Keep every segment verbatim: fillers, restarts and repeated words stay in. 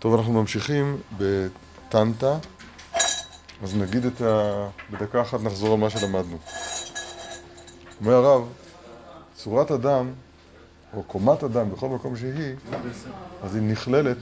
טוב, אנחנו ממשיכים בטנטה, אז נגיד את ה... בדקה אחת נחזור על מה שלמדנו. אומר הרב, צורת אדם, או קומת אדם, בכל מקום שהיא, אז היא נכללת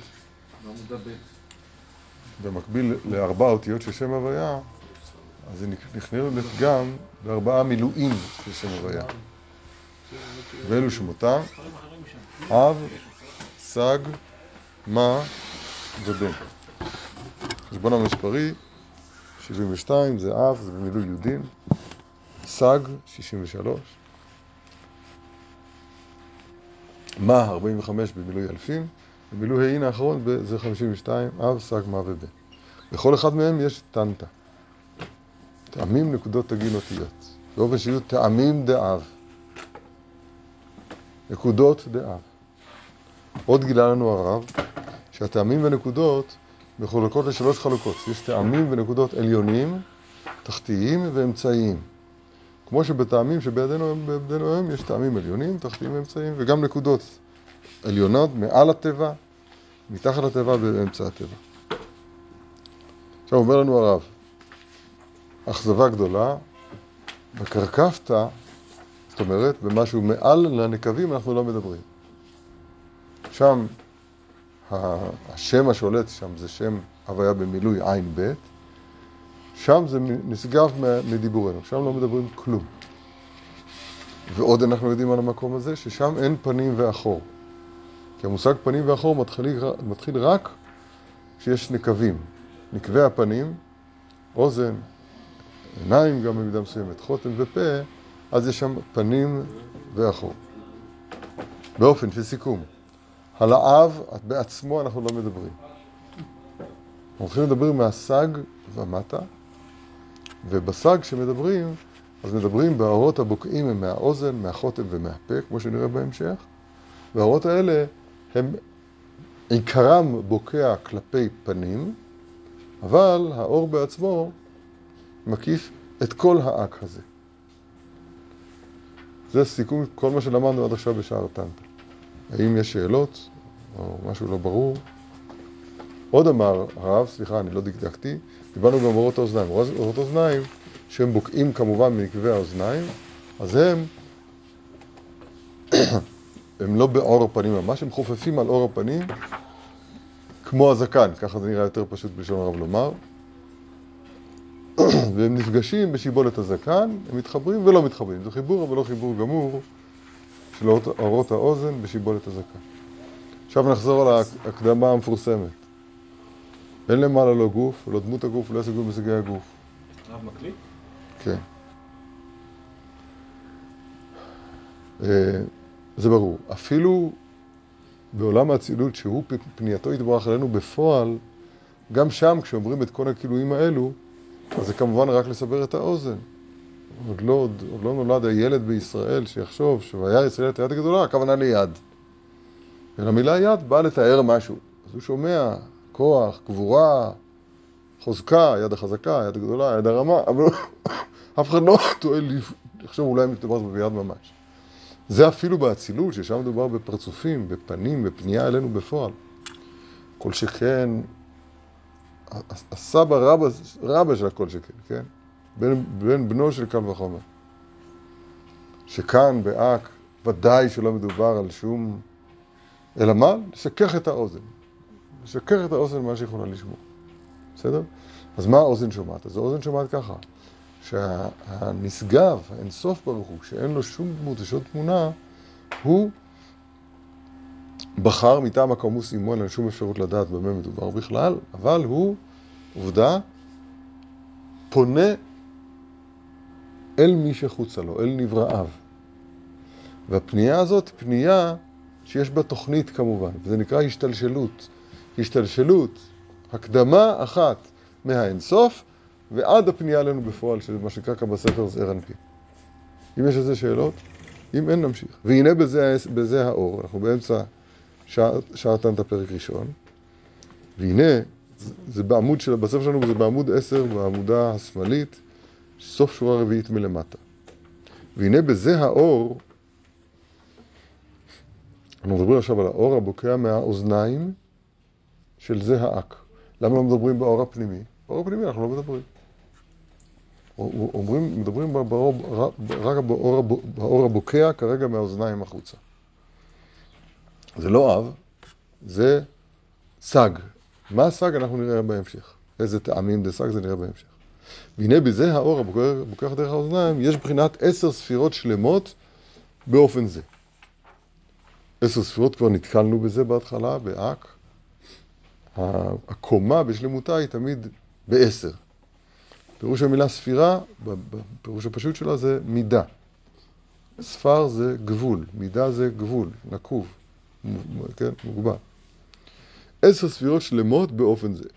במקביל לארבע אותיות של שם הוויה, אז היא נכללת גם בארבעה מילואים של שם הוויה. ואלו שמותם, אב, סג, מה ובן. חשבון המספרי, שבעים ושתיים זה אב, זה במילוי יודין, סג, שישים ושלוש, מה, ארבעים וחמש במילוי אלפים, במילוי העין האחרון זה חמישים ושתיים, אב, סג, מה ובן. בכל אחד מהם יש טנטה. טעמים נקודות תגין אותיות. באופן שיהיו טעמים דאב. נקודות דאב. עוד גילה לנו הרב, שהטעמים והנקודות מחולקות לשלוש חלוקות. יש טעמים ונקודות עליונים, תחתיים ואמצעיים. כמו שבטעמים שבידינו היום יש טעמים עליונים, תחתיים ואמצעיים, וגם נקודות עליונות מעל הטבע, מתחת לטבע ובאמצע הטבע. עכשיו אומר לנו הרב, אכזבה גדולה, בקרקפת, זאת אומרת, במשהו מעל לנקבים אנחנו לא מדברים. שם, השם השולט שם זה שם הוויה במילוי עין ב', שם זה נשגב מדיבורנו, שם לא מדברים כלום. ועוד אנחנו יודעים על המקום הזה, ששם אין פנים ואחור. כי המושג פנים ואחור מתחיל, מתחיל רק כשיש נקבים. נקבי הפנים, אוזן, עיניים גם במידה מסוימת, חותם ופה, אז יש שם פנים ואחור. באופן של סיכום, על האב בעצמו אנחנו לא מדברים. אנחנו הולכים לדבר מהסג ומטה, ובסג שמדברים, אז מדברים באורות הבוקעים הם מהאוזן, מהחותם ומהפה, כמו שנראה בהמשך, והאורות האלה הם עיקרם בוקע כלפי פנים, אבל האור בעצמו מקיף את כל האק הזה. זה סיכום כל מה שלמדנו עד עכשיו בשער טנטה. האם יש שאלות או משהו לא ברור? עוד אמר הרב, סליחה, אני לא דקדקתי, דיברנו גם באורות האוזניים. אורות האוזניים שהם בוקעים כמובן מנקבי האוזניים, אז הם הם לא באור הפנים ממש, הם חופפים על אור הפנים כמו הזקן, ככה זה נראה יותר פשוט בלשון הרב לומר. והם נפגשים בשיבולת הזקן, הם מתחברים ולא מתחברים. זה חיבור אבל לא חיבור גמור של אורות האוזן בשיבולת הזקן. עכשיו נחזור על ההקדמה המפורסמת. אין למעלה לא גוף, לא דמות הגוף, לא יסגו מסגי הגוף. הרב מקליט? כן. זה ברור. אפילו בעולם האצילות שהוא פנייתו יתברך עלינו בפועל, גם שם כשאומרים את כל הכילויים האלו, אז זה כמובן רק לסבר את האוזן. עוד לא, עוד, עוד לא נולד הילד בישראל שיחשוב שהיה ישראל את היד הגדולה, הכוונה ליד. ולמילה יד באה לתאר משהו. אז הוא שומע כוח, גבורה, חוזקה, יד החזקה, יד הגדולה, יד הרמה, אבל אף אחד לא טועה לחשוב אולי מדובר ביד ממש. זה אפילו באצילות, ששם מדובר בפרצופים, בפנים, בפנייה אלינו בפועל. כל שכן, הסבא רבא, רבא של הכל שכן, כן? בן, בן בנו של קל וחומר. שכאן באק ודאי שלא מדובר על שום, אלא מה? לשכך את האוזן. לשכך את האוזן מה שיכולה לשמוע. בסדר? אז מה האוזן שומעת? אז האוזן שומעת ככה, שהנשגב, האינסוף ברוך הוא, שאין לו שום דמות ושום תמונה, הוא בחר מטעם הקמוס עמו, אין לו שום אפשרות לדעת במה מדובר בכלל, אבל הוא, עובדה, פונה אל מי שחוצה לו, אל נבראיו. והפנייה הזאת פנייה שיש בה תוכנית כמובן, וזה נקרא השתלשלות. השתלשלות, הקדמה אחת מהאינסוף, ועד הפנייה עלינו בפועל, שזה מה שנקרא כאן בספר זעיר אנפין. אם יש איזה שאלות, אם אין נמשיך. והנה בזה, בזה האור, אנחנו באמצע שער, שער טנטה פרק ראשון, והנה, זה, זה בעמוד של, בספר שלנו זה בעמוד עשר, בעמודה השמאלית, סוף שורה רביעית מלמטה. והנה בזה האור, אנחנו מדברים עכשיו על האור הבוקע מהאוזניים, של זה האק. למה לא מדברים באור הפנימי? באור הפנימי אנחנו לא מדברים. אומרים, מדברים באור, רק באור, באור הבוקע כרגע מהאוזניים החוצה. זה לא אב, זה סג. מה הסג אנחנו נראה בהמשך. איזה טעמים זה סג זה נראה בהמשך. והנה בזה האור הבוקע דרך האוזניים, יש בחינת עשר ספירות שלמות באופן זה. עשר ספירות כבר נתקלנו בזה בהתחלה, באק. הקומה בשלמותה היא תמיד בעשר. פירוש המילה ספירה, בפירוש הפשוט שלה זה מידה. ספר זה גבול, מידה זה גבול, נקוב, כן, מוגבל. עשר ספירות שלמות באופן זה.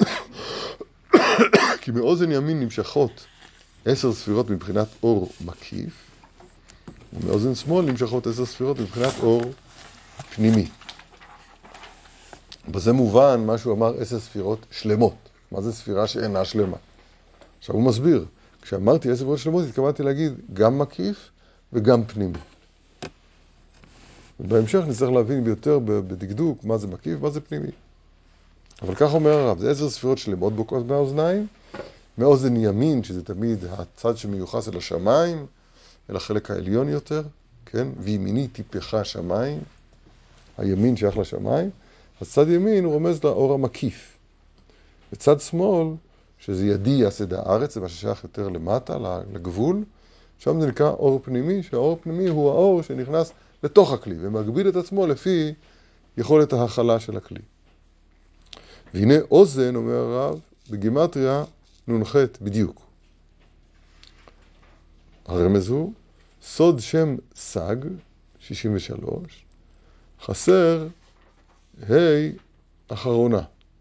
כי מאוזן ימין נמשכות עשר ספירות מבחינת אור מקיף, ומאוזן שמאל נמשכות עשר ספירות מבחינת אור פנימי. בזה מובן מה שהוא אמר עשר ספירות שלמות. מה זה ספירה שאינה שלמה? עכשיו הוא מסביר. כשאמרתי עשר ספירות שלמות התכוונתי להגיד גם מקיף וגם פנימי. ובהמשך נצטרך להבין ביותר בדקדוק מה זה מקיף ומה זה פנימי. אבל כך אומר הרב, זה עשר ספירות שלמות בוקעות מהאוזניים, מאוזן ימין, שזה תמיד הצד שמיוחס אל השמיים, אל החלק העליון יותר, כן? וימיני טיפחה השמיים, הימין שייך לשמיים, אז צד ימין הוא רומז לאור המקיף. וצד שמאל, שזה ידי יסד הארץ, זה מה ששייך יותר למטה, לגבול, שם זה נקרא אור פנימי, שהאור הפנימי הוא האור שנכנס לתוך הכלי, ומגביל את עצמו לפי יכולת ההכלה של הכלי. והנה אוזן, אומר הרב, בגימטריה נ"ח בדיוק. הרמז הוא, סוד שם סג, שישים ושלוש, חסר ה' אחרונה.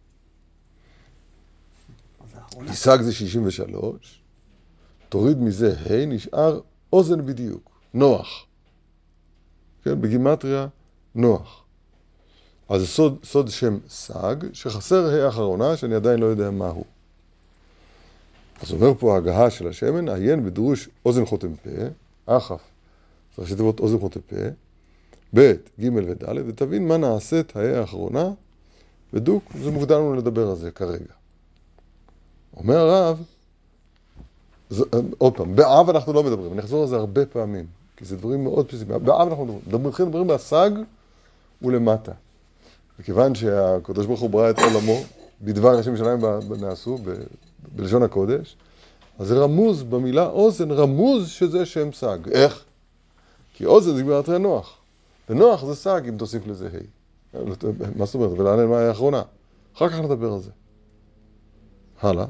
כי סג זה שישים ושלוש, תוריד מזה ה' נשאר אוזן בדיוק, נוח. כן, בגימטריה נוח. אז זה סוד, סוד שם סג, שחסר ה' אחרונה, שאני עדיין לא יודע מהו. אז אומר פה ההגהה של השמן, עיין בדרוש אוזן חותם פה, אחף, זה ראשי תיבות אוזן חותם פה, ב', ג' וד', ותבין מה נעשית ה' האחרונה, ודוק, זה מוקדם לנו לדבר על זה כרגע. אומר הרב, זה, עוד פעם, באב אנחנו לא מדברים, אני אחזור על זה הרבה פעמים, כי זה דברים מאוד פסימיים. באב אנחנו מדברים, מדברים, מדברים בהסג ולמטה. וכיוון שהקדוש ברוך הוא ברא את עולמו, בדבר השם שלהם נעשו, ב, בלשון הקודש, אז זה רמוז במילה אוזן, רמוז שזה שם סג. איך? כי אוזן זה גמרת נוח. ונוח זה סג אם תוסיף לזה ה'. מה זאת אומרת? ולעניין מה היה האחרונה? אחר כך נדבר על זה. הלאה.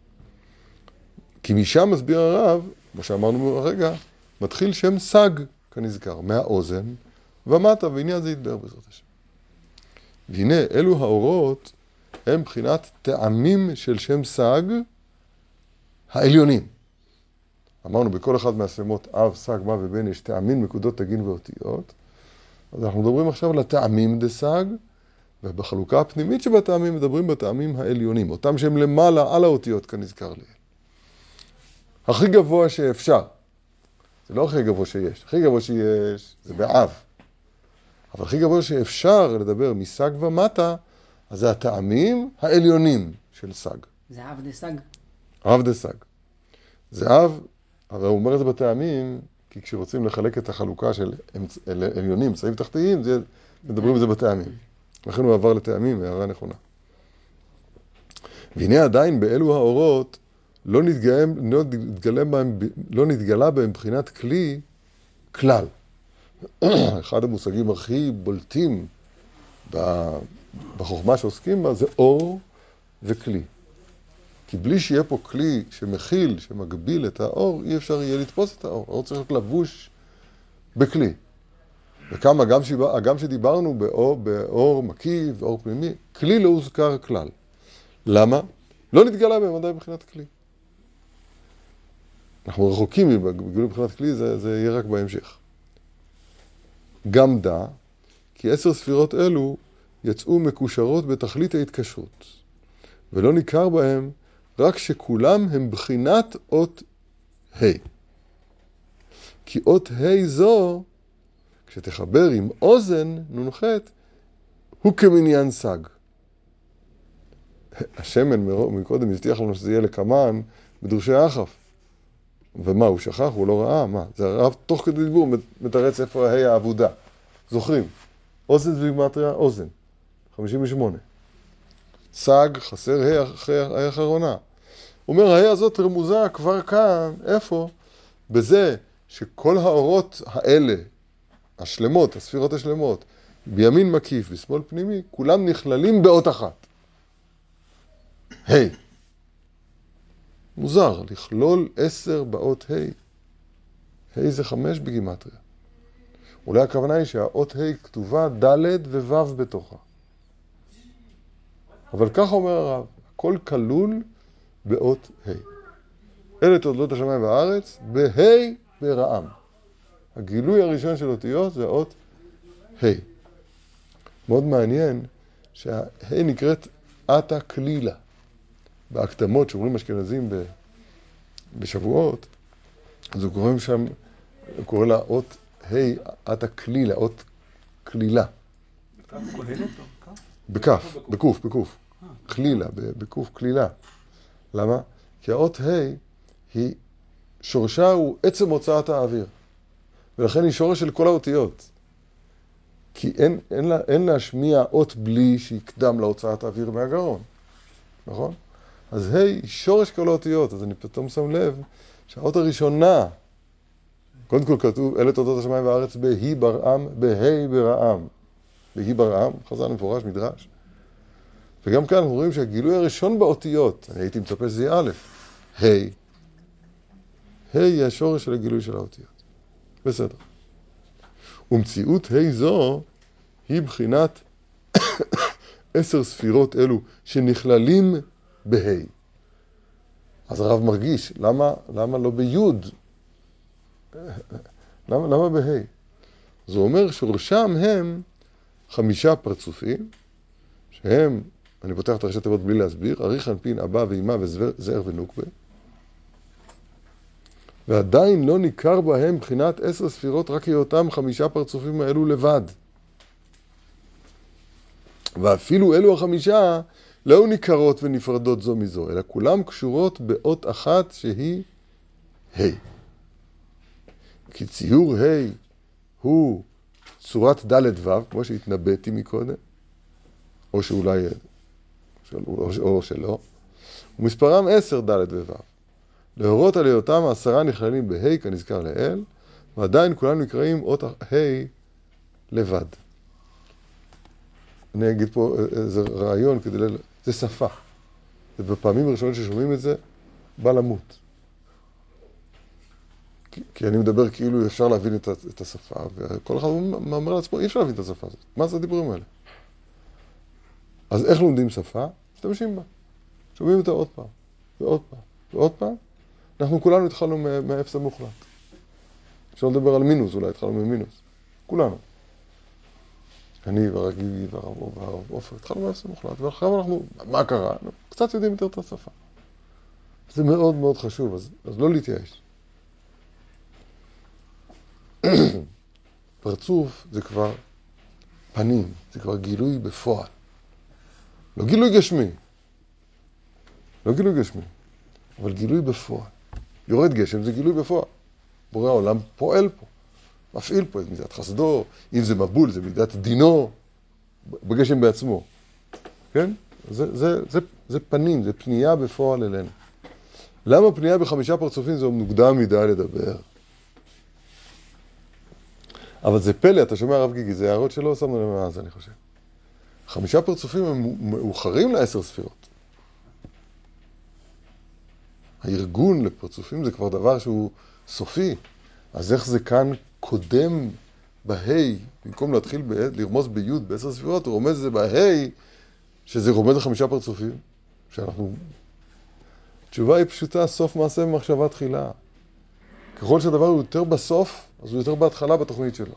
כי משם מסביר הרב, כמו שאמרנו הרגע, מתחיל שם סג כנזכר, מהאוזן ומטה, ועניין זה יתבהר בעזרת השם. והנה, אלו האורות הם בחינת טעמים של שם סג העליונים. אמרנו, בכל אחד מהשמות אב, סג, מה ובן יש טעמים, נקודות, תגין ואותיות. אז אנחנו מדברים עכשיו על הטעמים דסג, ובחלוקה הפנימית שבטעמים מדברים בטעמים העליונים, אותם שהם למעלה על האותיות כנזכר לי. הכי גבוה שאפשר. זה לא הכי גבוה שיש. הכי גבוה שיש זה באב. אבל הכי גבוה שאפשר לדבר מסג ומטה, אז זה הטעמים העליונים של סג. זה אב דסג? אב דסג. זה אב, אבל הוא אומר את זה בטעמים, כי כשרוצים לחלק את החלוקה של עליונים, צעים תחתיים, זה, מדברים על זה בטעמים. לכן הוא עבר לטעמים, הערה נכונה. והנה עדיין באלו האורות, לא נתגלה, לא נתגלה בהם, לא נתגלה בהם מבחינת כלי כלל. אחד המושגים הכי בולטים בחוכמה שעוסקים בה זה אור וכלי. כי בלי שיהיה פה כלי שמכיל, שמגביל את האור, אי אפשר יהיה לתפוס את האור. האור צריך להיות לבוש בכלי. וכמה, גם, שיבה, גם שדיברנו באור, באור מקיף, באור פנימי, כלי לא הוזכר כלל. למה? לא נתגלה בהם עדיין מבחינת כלי. אנחנו רחוקים בגילוי מבחינת כלי, זה, זה יהיה רק בהמשך. גם דע, כי עשר ספירות אלו יצאו מקושרות בתכלית ההתקשרות, ולא ניכר בהם רק שכולם הם בחינת אות ה'. כי אות ה' זו, כשתחבר עם אוזן נ"ח, הוא כמניין סג. השמן מקודם הבטיח לנו שזה יהיה לקמן בדורשי האחף. ומה, הוא שכח? הוא לא ראה? מה? זה הרב תוך כדי דיבור מתרץ איפה ההי העבודה. זוכרים? אוזן זה בגימטריה, אוזן. חמישים ושמונה. סג, חסר ההי האחרונה. הוא אומר, ההי הזאת רמוזה כבר כאן, איפה? בזה שכל האורות האלה, השלמות, הספירות השלמות, בימין מקיף, בשמאל פנימי, כולם נכללים באות אחת. היי. מוזר, לכלול עשר באות היי. היי זה חמש בגימטריה. אולי הכוונה היא שהאות היי כתובה ד' וו' בתוכה. אבל כך אומר הרב, הכל כלול באות היי. אלה תולדות השמיים והארץ, בהי ברעם. הגילוי הראשון של אותיות זה אות היי. מאוד מעניין שההי נקראת עתה כלילה. בהקדמות שאומרים אשכנזים בשבועות, אז הוא קורא שם, הוא קורא לה אות היי עתה כלילה, אות כלילה. בכף, בקוף, בקוף. כלילה, בקוף, כלילה. למה? כי האות היי היא, שורשה הוא עצם הוצאת האוויר. ולכן היא שורש של כל האותיות. כי אין, אין, לה, אין להשמיע אות בלי שיקדם להוצאת האוויר מהגרון. נכון? אז היי היא שורש כל האותיות. אז אני פתאום שם לב שהאות הראשונה, קודם כל כתוב, אלה תולדות השמיים והארץ בהי ברעם, בהי ברעם. בהי ברעם, חז"ל מפורש, מדרש. וגם כאן אנחנו רואים שהגילוי הראשון באותיות, אני הייתי מצפה שזה יהיה א', היי. היי היא השורש של הגילוי של האותיות. בסדר. ומציאות היי זו היא בחינת עשר ספירות אלו שנכללים בהי. אז הרב מרגיש, למה, למה לא ביוד? למה, למה בהי? זה אומר שורשם הם חמישה פרצופים, שהם, אני פותח את הראשי תיבות בלי להסביר, אריך אנפין, אבא ואמא וזרע ונוקבה, ועדיין לא ניכר בהם בחינת עשר ספירות, רק היותם חמישה פרצופים האלו לבד. ואפילו אלו החמישה לא ניכרות ונפרדות זו מזו, אלא כולם קשורות באות אחת שהיא היי. כי ציור היי הוא צורת ד' ו', כמו שהתנבאתי מקודם, או שאולי, או, או שלא, ומספרם עשר ד' וו'. להורות על היותם עשרה נכללים בהי כנזכר לאל, ועדיין כולם נקראים אות היי לבד. אני אגיד פה איזה רעיון כדי ל... זה שפה. זה בפעמים הראשונות ששומעים את זה, בא למות. כי, כי אני מדבר כאילו אפשר להבין את, את השפה, וכל אחד אומר לעצמו, אי אפשר להבין את השפה הזאת. מה זה הדיבורים האלה? אז איך לומדים שפה? משתמשים בה. שומעים אותה עוד פעם, ועוד פעם, ועוד פעם. אנחנו כולנו התחלנו מהאפס המוחלט. אפשר לדבר על מינוס, אולי התחלנו ממינוס. כולנו. אני והרגיל והרב עופר, התחלנו מהאפס המוחלט, ואחריו אנחנו, מה קרה? קצת יודעים יותר את השפה. זה מאוד מאוד חשוב, אז, אז לא להתייאש. פרצוף זה כבר פנים, זה כבר גילוי בפועל. לא גילוי גשמי. לא גילוי גשמי, אבל גילוי בפועל. יורד גשם זה גילוי בפועל. בורא העולם פועל פה, מפעיל פה את מידת חסדו, אם זה מבול זה מידת דינו, בגשם בעצמו. כן? זה, זה, זה, זה פנים, זה פנייה בפועל אלינו. למה פנייה בחמישה פרצופים זה מוקדם מדי לדבר? אבל זה פלא, אתה שומע הרב גיגי, זה הערות שלא שמנו להם מאז, אני חושב. חמישה פרצופים הם מאוחרים לעשר ספירות. הארגון לפרצופים זה כבר דבר שהוא סופי. אז איך זה כאן קודם בהי, במקום להתחיל ב- לרמוז ביוד בעשר ספירות, הוא רומז את זה בהי, שזה רומז לחמישה פרצופים. שאנחנו... התשובה היא פשוטה, סוף מעשה במחשבה תחילה. ככל שהדבר הוא יותר בסוף, אז הוא יותר בהתחלה בתוכנית שלו.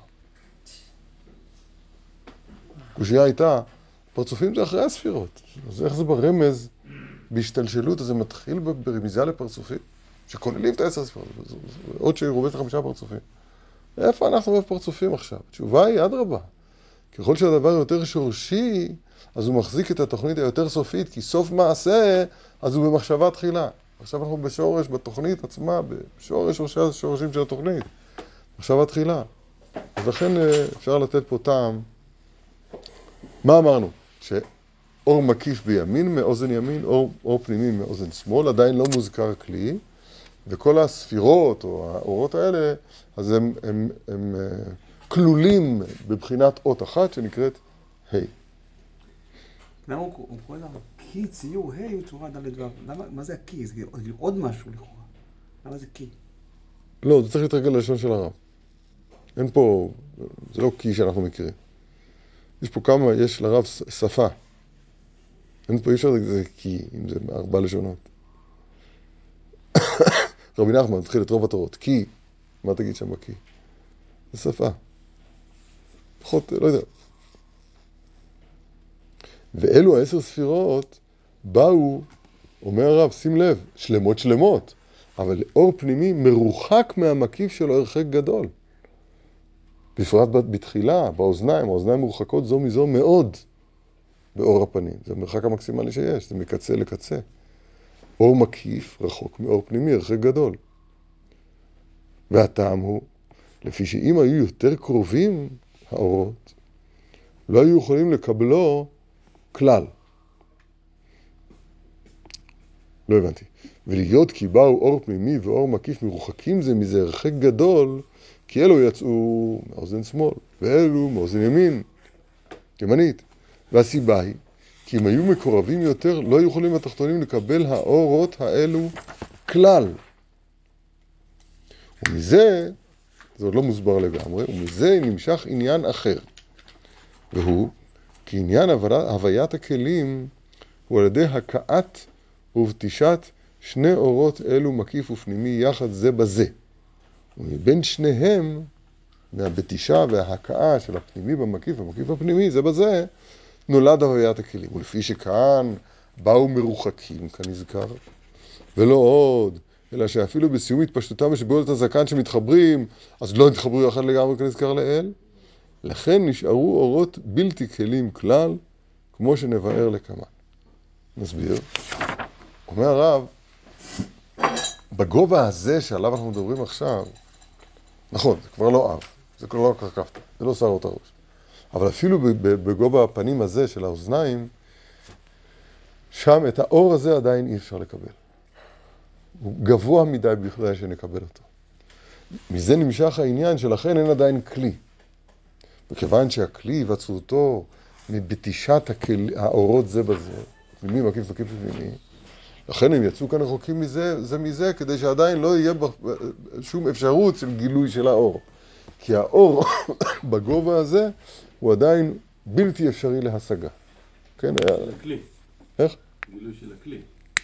קושייה הייתה, פרצופים זה אחרי הספירות. אז איך זה ברמז, בהשתלשלות, אז זה מתחיל ברמיזה לפרצופים, שכוללים את העשר ספירות, עוד שרומז לחמישה פרצופים. איפה אנחנו בפרצופים עכשיו? התשובה היא, אדרבה. ככל שהדבר יותר שורשי, אז הוא מחזיק את התוכנית היותר סופית, כי סוף מעשה, אז הוא במחשבה תחילה. עכשיו אנחנו בשורש, בתוכנית עצמה, בשורש שורשים של התוכנית. מחשבה תחילה. אז לכן אפשר לתת פה טעם. מה אמרנו? שאור מקיף בימין מאוזן ימין, אור, אור פנימי מאוזן שמאל, עדיין לא מוזכר כלי, וכל הספירות או האורות האלה, אז הם, הם, הם, הם כלולים בבחינת אות אחת שנקראת ה'. למה הוא קורא לה קי ציור ה' בצורה ד' ו'? מה זה הקי? זה עוד משהו לכאורה. למה זה קי? לא, זה צריך להתרגל ללשון של הרב. אין פה, זה לא קי שאנחנו מכירים. יש פה כמה, יש לרב שפה. אין פה, אי אפשר זה קי, אם זה ארבע לשונות. רבי נחמן התחיל את רוב התורות. קי, מה תגיד שם בקי? זה שפה. פחות, לא יודע. ואלו העשר ספירות באו, אומר הרב, שים לב, שלמות שלמות, אבל אור פנימי מרוחק מהמקיף שלו הרחק גדול. בפרט בתחילה, באוזניים, האוזניים מרוחקות זו מזו מאוד באור הפנים. זה המרחק המקסימלי שיש, זה מקצה לקצה. אור מקיף רחוק מאור פנימי, הרחק גדול. והטעם הוא, לפי שאם היו יותר קרובים האורות, לא היו יכולים לקבלו כלל. לא הבנתי. ולהיות כי באו אור פנימי ואור מקיף מרוחקים זה מזה הרחק גדול, כי אלו יצאו מאוזן שמאל, ואלו מאוזן ימין, ימנית. והסיבה היא, כי אם היו מקורבים יותר, לא היו יכולים התחתונים לקבל האורות האלו כלל. ומזה, זה עוד לא מוסבר לגמרי, ומזה נמשך עניין אחר. והוא, כי עניין הוויית הכלים הוא על ידי הקעת ובתישת שני אורות אלו מקיף ופנימי יחד זה בזה. ומבין שניהם, מהבתישה וההקעה של הפנימי במקיף והמקיף הפנימי, זה בזה, נולד הוויית הכלים. ולפי שכאן באו מרוחקים, כנזכר, ולא עוד, אלא שאפילו בסיום התפשטותם ושבועות הזקן שמתחברים, אז לא התחברו אחד לגמרי כנזכר לאל. לכן נשארו אורות בלתי כלים כלל, כמו שנבאר לכמה. נסביר. אומר הרב, בגובה הזה שעליו אנחנו מדברים עכשיו, נכון, זה כבר לא אב, זה כבר לא קרקפת, זה לא שערות הראש. אבל אפילו בגובה הפנים הזה של האוזניים, שם את האור הזה עדיין אי אפשר לקבל. הוא גבוה מדי בכדי שנקבל אותו. מזה נמשך העניין שלכן אין עדיין כלי. וכיוון שהכלי היווצרותו מבתישת האורות זה בזה, פנימי מקיף מקיף פנימי, לכן הם יצאו כאן רחוקים מזה, זה מזה, כדי שעדיין לא יהיה שום אפשרות של גילוי של האור. כי האור בגובה הזה הוא עדיין בלתי אפשרי להשגה. כן? של הכלי. איך? גילוי של הכלי.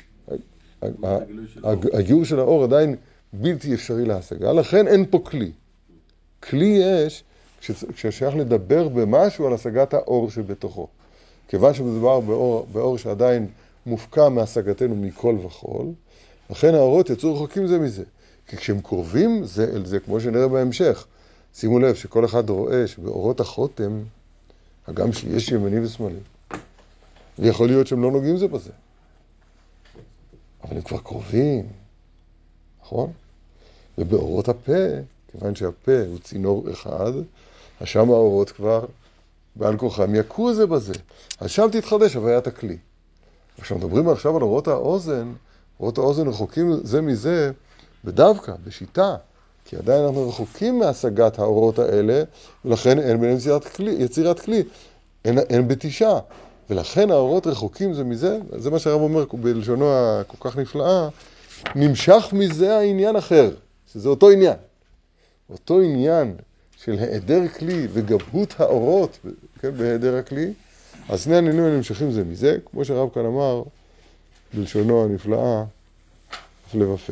הגיור של האור עדיין בלתי אפשרי להשגה, לכן אין פה כלי. כלי יש כששייך לדבר במשהו על השגת האור שבתוכו. כיוון שמדובר באור, באור שעדיין מופקע מהשגתנו מכל וכל, לכן האורות יצאו רחוקים זה מזה. כי כשהם קרובים זה אל זה, כמו שנראה בהמשך, שימו לב שכל אחד רואה שבאורות החותם, הגם שיש ימני ושמאלי, ויכול להיות שהם לא נוגעים זה בזה. אבל הם כבר קרובים, נכון? ובאורות הפה, כיוון שהפה הוא צינור אחד, אז שם האורות כבר בעל כוחם יקו זה בזה. אז שם תתחדש הוויית הכלי. עכשיו מדברים עכשיו על אורות האוזן, אורות האוזן רחוקים זה מזה בדווקא, בשיטה, כי עדיין אנחנו רחוקים מהשגת האורות האלה, ולכן אין ביניהם יצירת כלי, יצירת כלי, אין, אין בתישה, ולכן האורות רחוקים זה מזה, זה מה שהרב אומר בלשונו הכל כך נפלאה, נמשך מזה העניין אחר, שזה אותו עניין, אותו עניין של היעדר כלי וגבהות האורות, כן, בהיעדר הכלי, אז שני העניינים הנמשכים זה מזה, כמו שהרב כאן אמר, בלשונו הנפלאה, הפלא ופלא.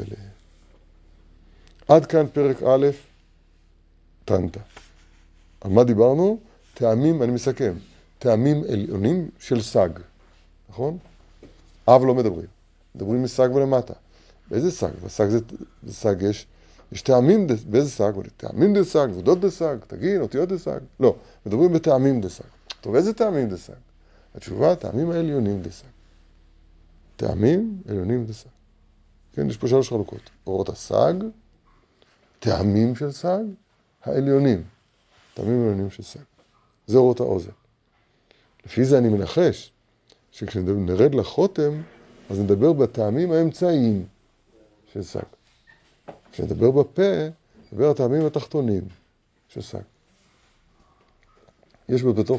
עד כאן פרק א', תנתא. על מה דיברנו? טעמים, אני מסכם, טעמים עליונים של סג, נכון? אב לא מדברים, מדברים מסג ולמטה. באיזה סג? בסג זה, בסג יש יש טעמים באיזה סג, טעמים דסג, עבודות דסג, תגין, אותיות דסג. לא, מדברים בטעמים דסג. טוב, איזה טעמים דסג? התשובה, טעמים העליונים דסג. טעמים עליונים דסג. כן, יש פה שלוש חלוקות. אורות הסג, טעמים של סג, העליונים. טעמים עליונים של סג. זה אורות האוזן. לפי זה אני מנחש שכשנרד לחותם, אז נדבר בטעמים האמצעיים של סג. כשנדבר בפה, נדבר הטעמים התחתונים של סג. יש בתוך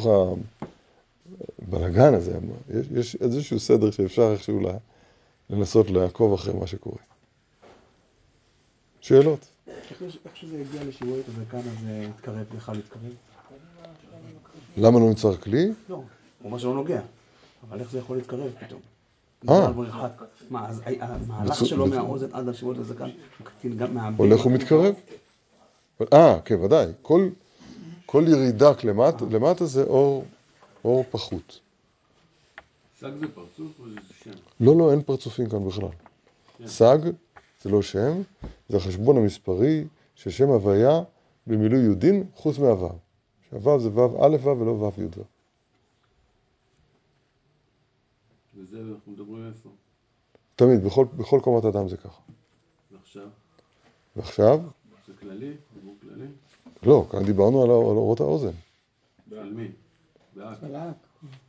הבלגן הזה, יש, יש איזשהו סדר שאפשר איכשהו לנסות לעקוב אחרי מה שקורה. שאלות? איך שזה הגיע לשיעוריות הזה כאן, אז התקרב לך להתקרב? למה לא נצטרך כלי? לא, הוא אומר שלא נוגע. אבל איך זה יכול להתקרב פתאום? אה. מה, אז המהלך שלו מהאוזן עד לשיעוריות הזה כאן, גם מהבין... הולך ומתקרב? אה, כן, ודאי. כל, כל ירידה למטה, למטה זה אור, אור פחות. סג זה פרצוף או זה שם? לא, לא, אין פרצופים כאן בכלל. סג זה לא שם, זה החשבון המספרי של שם הוויה במילוי יודין חוץ מהוו. שהוו זה וו א' וו ולא וו י' וו. וזה אנחנו מדברים איפה? תמיד, בכל, בכל קומת אדם זה ככה. ועכשיו? ועכשיו? זה כללי? דיבור כללי? לא, כאן דיברנו על אורות האוזן. של מי? באק. של האק.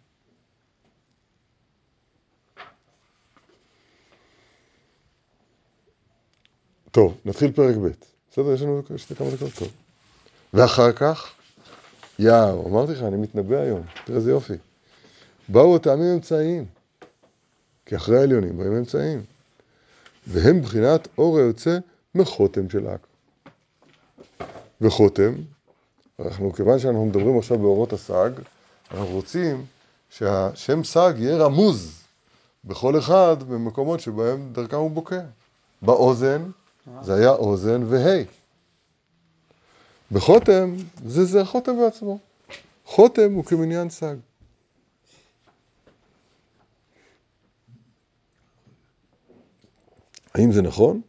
טוב, נתחיל פרק ב'. בסדר, יש לנו שתי כמה דקות טוב. ואחר כך, יאו, אמרתי לך, אני מתנבא היום. תראה איזה יופי. באו הטעמים אמצעיים. כי אחרי העליונים באים אמצעיים. והם בחינת אור היוצא מחותם של אק. וחותם, אנחנו, כיוון שאנחנו מדברים עכשיו באורות הסג, אנחנו רוצים שהשם סג יהיה רמוז בכל אחד במקומות שבהם דרכם הוא בוקע. באוזן, זה היה אוזן והי. בחותם, זה זה החותם בעצמו. חותם הוא כמניין סג. האם זה נכון?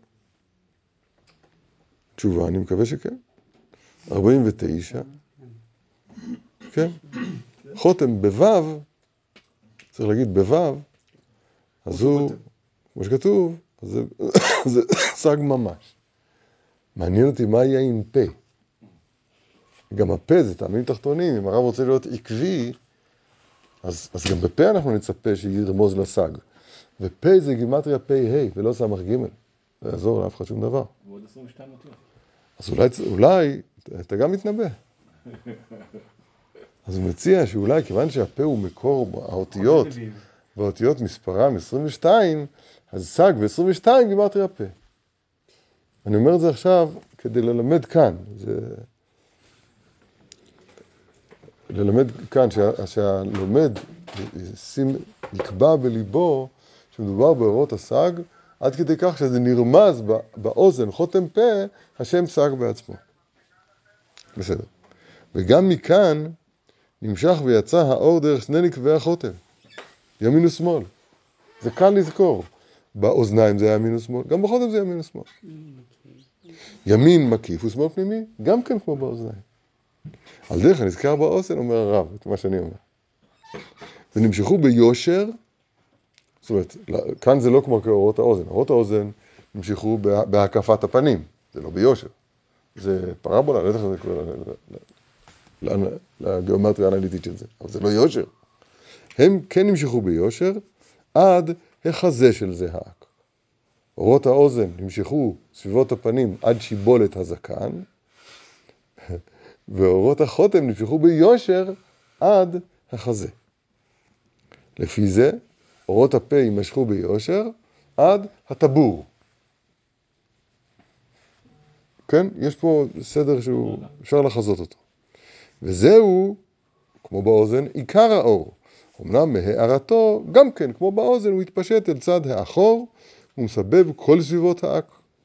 תשובה, אני מקווה שכן. ארבעים ותשע. כן. חותם בוו, צריך להגיד בוו, אז הוא, כמו שכתוב, זה, זה סג ממש. מעניין אותי מה יהיה עם פה. גם הפה זה טעמים תחתונים, אם הרב רוצה להיות עקבי, אז, אז גם בפה אנחנו נצפה שירמוז לסג. ופה זה גימטריה פה ה' ולא סמך ג'. לא יעזור לאף אחד שום דבר. ועוד עשרים ושתיים אותיות. אז אולי, אולי, אתה גם מתנבא. אז הוא מציע שאולי, כיוון שהפה הוא מקור האותיות, והאותיות מספרם עשרים ושתיים, אז סג ו-עשרים ושתיים גימטריה פה. אני אומר את זה עכשיו כדי ללמד כאן. זה... ללמד כאן, שה, שהלומד שים, יקבע בליבו שמדובר באורות הסג, עד כדי כך שזה נרמז באוזן, חותם פה, השם סג בעצמו. בסדר. וגם מכאן נמשך ויצא האור דרך שני נקבי החותם, ימין ושמאל. זה קל לזכור. באוזניים זה ימין ושמאל, גם בחותם זה ימין ושמאל. ימין מקיף ושמאל פנימי, גם כן כמו באוזניים. על דרך הנזכר באוזן, אומר הרב, את מה שאני אומר. ונמשכו ביושר, זאת אומרת, כאן זה לא כמו כאורות האוזן. אורות האוזן נמשכו בהקפת הפנים, זה לא ביושר. זה פרבולה, לא יודע איך זה קורה לגיאומטריה האנליטית של זה, אבל זה לא יושר. הם כן נמשכו ביושר עד החזה של זה האק. אורות האוזן נמשכו סביבות הפנים עד שיבולת הזקן, ואורות החותם נמשכו ביושר עד החזה. לפי זה, אורות הפה יימשכו ביושר עד הטבור. כן? יש פה סדר שהוא אפשר לחזות אותו. וזהו, כמו באוזן, עיקר האור. אמנם מהערתו, גם כן, כמו באוזן, הוא התפשט אל צד האחור, ומסבב כל סביבות האק.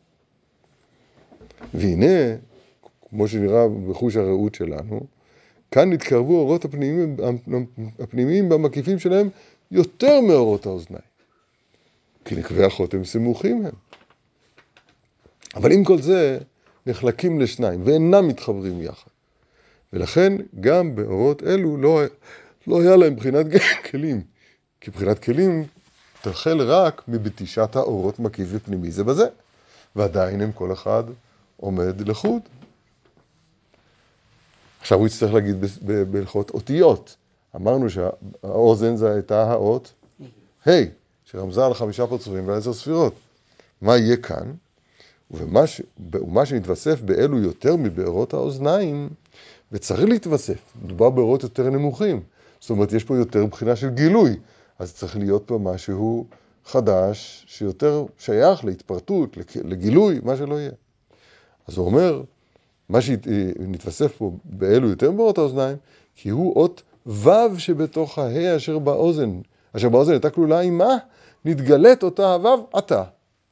והנה, כמו שנראה בחוש הראות שלנו, כאן נתקרבו אורות הפנימיים, הפנימיים במקיפים שלהם יותר מאורות האוזניים. כי נקבי החותם סמוכים הם. אבל עם כל זה, נחלקים לשניים ואינם מתחברים יחד. ולכן גם באורות אלו לא, לא היה להם בחינת כלים. כי בחינת כלים תחל רק מבתישת האורות מקיף ופנימי זה בזה. ועדיין הם כל אחד עומד לחוד. עכשיו הוא יצטרך להגיד בהלכות אותיות. אמרנו שהאוזן זה הייתה האות ה', שרמזה על חמישה פרצופים ועל עשר ספירות. מה יהיה כאן? ומה, ש... ומה שנתווסף באלו יותר מבארות האוזניים, וצריך להתווסף, מדובר באורות יותר נמוכים. זאת אומרת, יש פה יותר בחינה של גילוי, אז צריך להיות פה משהו חדש, שיותר שייך להתפרטות, לגילוי, מה שלא יהיה. אז הוא אומר, מה שנתווסף פה באלו יותר מבארות האוזניים, כי הוא אות ו' שבתוך הה' אשר באוזן, אשר באוזן הייתה כלולה עימה, נתגלת אותה הו' עתה.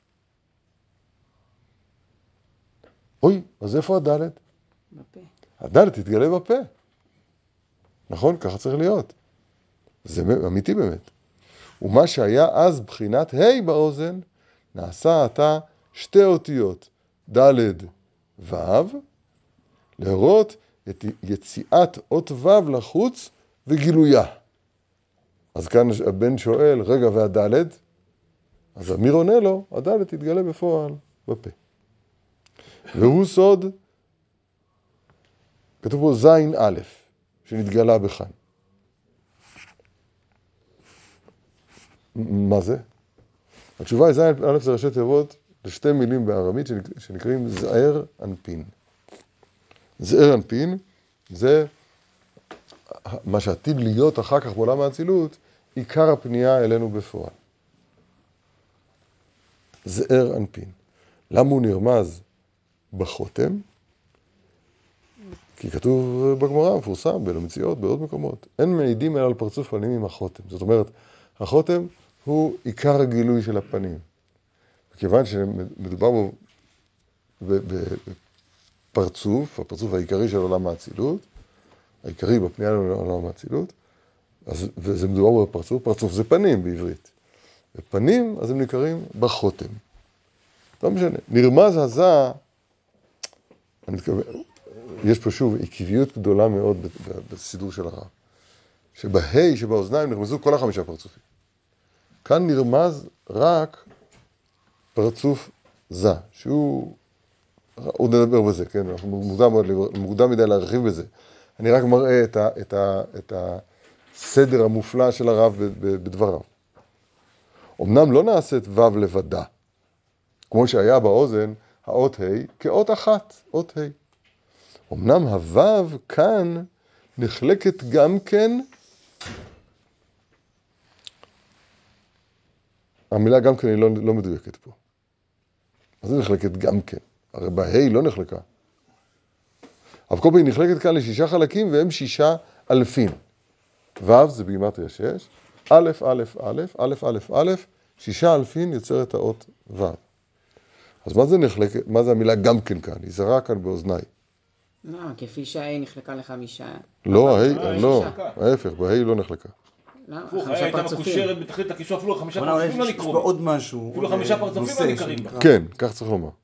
אוי, אז איפה הדלת? בפה. הדלת תתגלה בפה. נכון? ככה צריך להיות. זה אמיתי באמת. ומה שהיה אז בחינת ה' באוזן, נעשה עתה שתי אותיות, ד' ו', להראות את יציאת אות ו' לחוץ וגילויה. אז כאן הבן שואל, רגע והד', אז אמיר עונה לו, הד' תתגלה בפועל בפה. והוא סוד, כתוב פה זין א', שנתגלה בכאן. מה זה? התשובה היא זין א' זה ראשי תיבות לשתי מילים בארמית שנקראים זער אנפין. זער אנפין זה מה שעתיד להיות אחר כך בעולם האצילות, עיקר הפנייה אלינו בפועל. זער אנפין. למה הוא נרמז בחותם? כי כתוב בגמרא, מפורסם, בלמציאות, בעוד מקומות. אין מעידים אלא על פרצוף פנים עם החותם. זאת אומרת, החותם הוא עיקר הגילוי של הפנים. וכיוון שמדובר בו בפרצוף, הפרצוף העיקרי של עולם האצילות, העיקרי בפנייה לעולם האצילות, אז, וזה מדובר בו בפרצוף, פרצוף זה פנים בעברית. ופנים, אז הם נקראים בחותם. לא משנה. נרמז הזה, אני מתכוון, יש פה שוב עקביות גדולה מאוד בסידור של הרב. שבהי, שבאוזניים נרמזו כל החמישה פרצופים. כאן נרמז רק פרצוף זה, שהוא, עוד נדבר בזה, כן? אנחנו מוקדם, מוקדם מדי להרחיב בזה. אני רק מראה את, ה, את, ה, את הסדר המופלא של הרב בדבריו. אמנם לא נעשית ו' לבדה, כמו שהיה באוזן, האות ה' כאות אחת, אות ה'. אמנם הו' כאן נחלקת גם כן, המילה גם כן היא לא, לא מדויקת פה. אז היא נחלקת גם כן. הרי בה' לא נחלקה. אבל כל פעם היא נחלקת כאן לשישה חלקים, והם שישה אלפין. ו' זה בגימטריה שש, א', א', א', א', א', א', שישה אלפין יוצר את האות ו'. אז מה זה נחלקת, מה זה המילה גם כן כאן? היא זרה כאן באוזניי. לא, כפי שה' נחלקה לחמישה. לא, הה', לא, ההפך, בה' לא נחלקה. למה? חמישה הייתה מקושרת בתחילת הקישור, אפילו חמישה פרצופים לא נקראו. יש פה עוד משהו. אפילו חמישה פרצופים לא נקראים בה. כן, כך צריך לומר.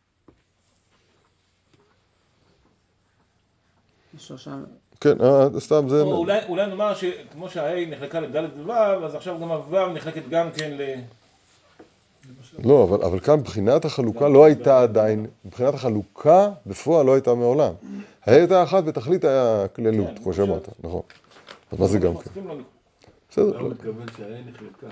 שלושה... כן, סתם זה... אולי נאמר שכמו שהה' נחלקה לד' וו', אז עכשיו גם הו' נחלקת גם כן ל... לא, אבל, אבל כאן מבחינת החלוקה לא הייתה עדיין, מבחינת החלוקה בפועל לא הייתה מעולם. הה' הייתה אחת בתכלית הכללות, כמו שאמרת, נכון. אז מה זה גם כן? בסדר. הוא מתכוון שהה' נחלקה.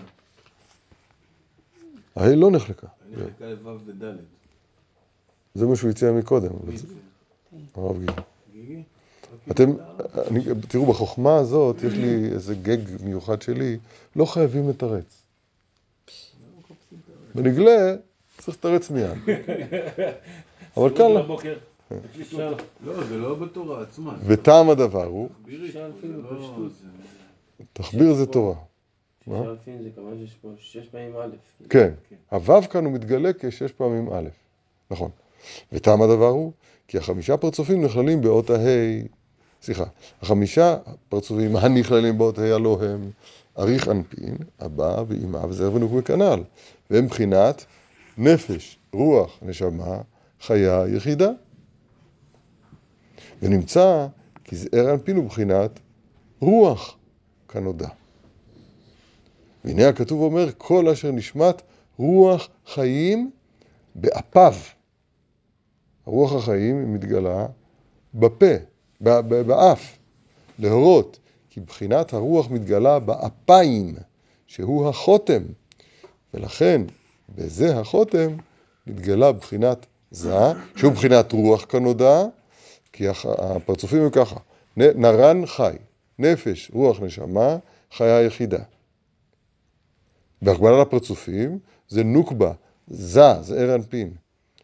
הה' לא נחלקה. הה' נחלקה לו' וד'. זה מה שהוא הציע מקודם. הרב גיגי. גיגי? אתם, תראו, בחוכמה הזאת יש לי איזה גג מיוחד שלי, לא חייבים לתרץ. בנגלה צריך לתרץ מיד. אבל כאן לא. לא, זה לא בתורה עצמה. וטעם הדבר הוא, תחביר זה תורה. שישה אלפין זה כמובן שיש פה שש פעמים א'. כן, הו' כאן הוא מתגלה כשש פעמים א', נכון. וטעם הדבר הוא, כי החמישה פרצופים נכללים באות ה', סליחה, החמישה פרצופים הנכללים באות ה' הלא הם אריך אנפין, אבא ואמא וזרע ונקבה כנ"ל, והם בחינת נפש, רוח, נשמה, חיה, יחידה. ונמצא כי זעיר אנפין הוא בחינת רוח כנודע. והנה הכתוב אומר, כל אשר נשמת רוח חיים באפיו. הרוח החיים מתגלה בפה, באף, להורות, כי בחינת הרוח מתגלה באפיים, שהוא החותם, ולכן בזה החותם מתגלה בחינת זה, שהוא בחינת רוח כנודע, כי הפרצופים הם ככה, נרן חי, נפש, רוח, נשמה, חיה יחידה. בהקבלה לפרצופים זה נוקבה, זה, זעיר אנפין,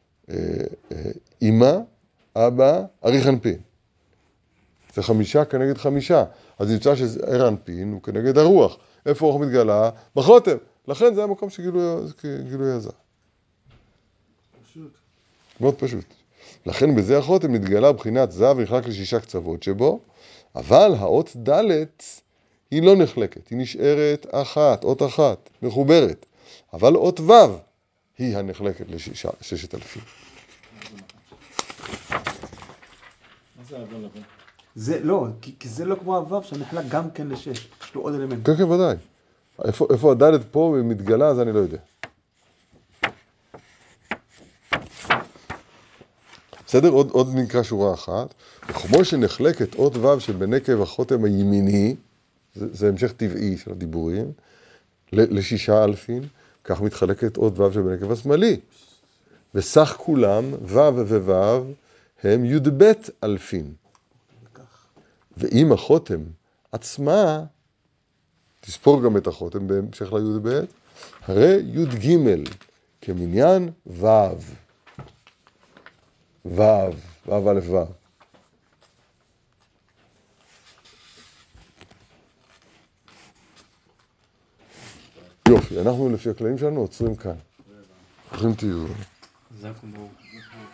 אמא, אבא, אריך אנפין. זה חמישה כנגד חמישה. אז נמצא שזעיר אנפין הוא כנגד הרוח. איפה הרוח מתגלה? בחותם. לכן זה המקום שגילוי הזה. פשוט. מאוד פשוט. לכן בזה החותם מתגלה בחינת זה ונחלק לשישה קצוות שבו, אבל האות ד' היא לא נחלקת, היא נשארת אחת, אות אחת, מחוברת. אבל אות ו' היא הנחלקת לששת אלפים. מה זה אבון לבן? זה לא, כי, כי זה לא כמו הוו שנחלק גם כן לשש. יש לו עוד אלמנט. כן, כן, ודאי. איפה, איפה הדלת פה מתגלה, אז אני לא יודע. בסדר? עוד, עוד נקרא שורה אחת. וכמו שנחלקת אות ו' שבנקב החותם הימיני, זה, זה המשך טבעי של הדיבורים, לשישה אלפין, כך מתחלקת אות ו' שבנקב השמאלי. וסך כולם, ו' וו', הם י"ב אלפין. ואם החותם עצמה, תספור גם את החותם בהמשך לי"ב, הרי י"ג כמניין ו'. ו', ו' א' ו'. יופי, אנחנו לפי הכללים שלנו עוצרים כאן. ברוכים תהיו. חזק וברוך.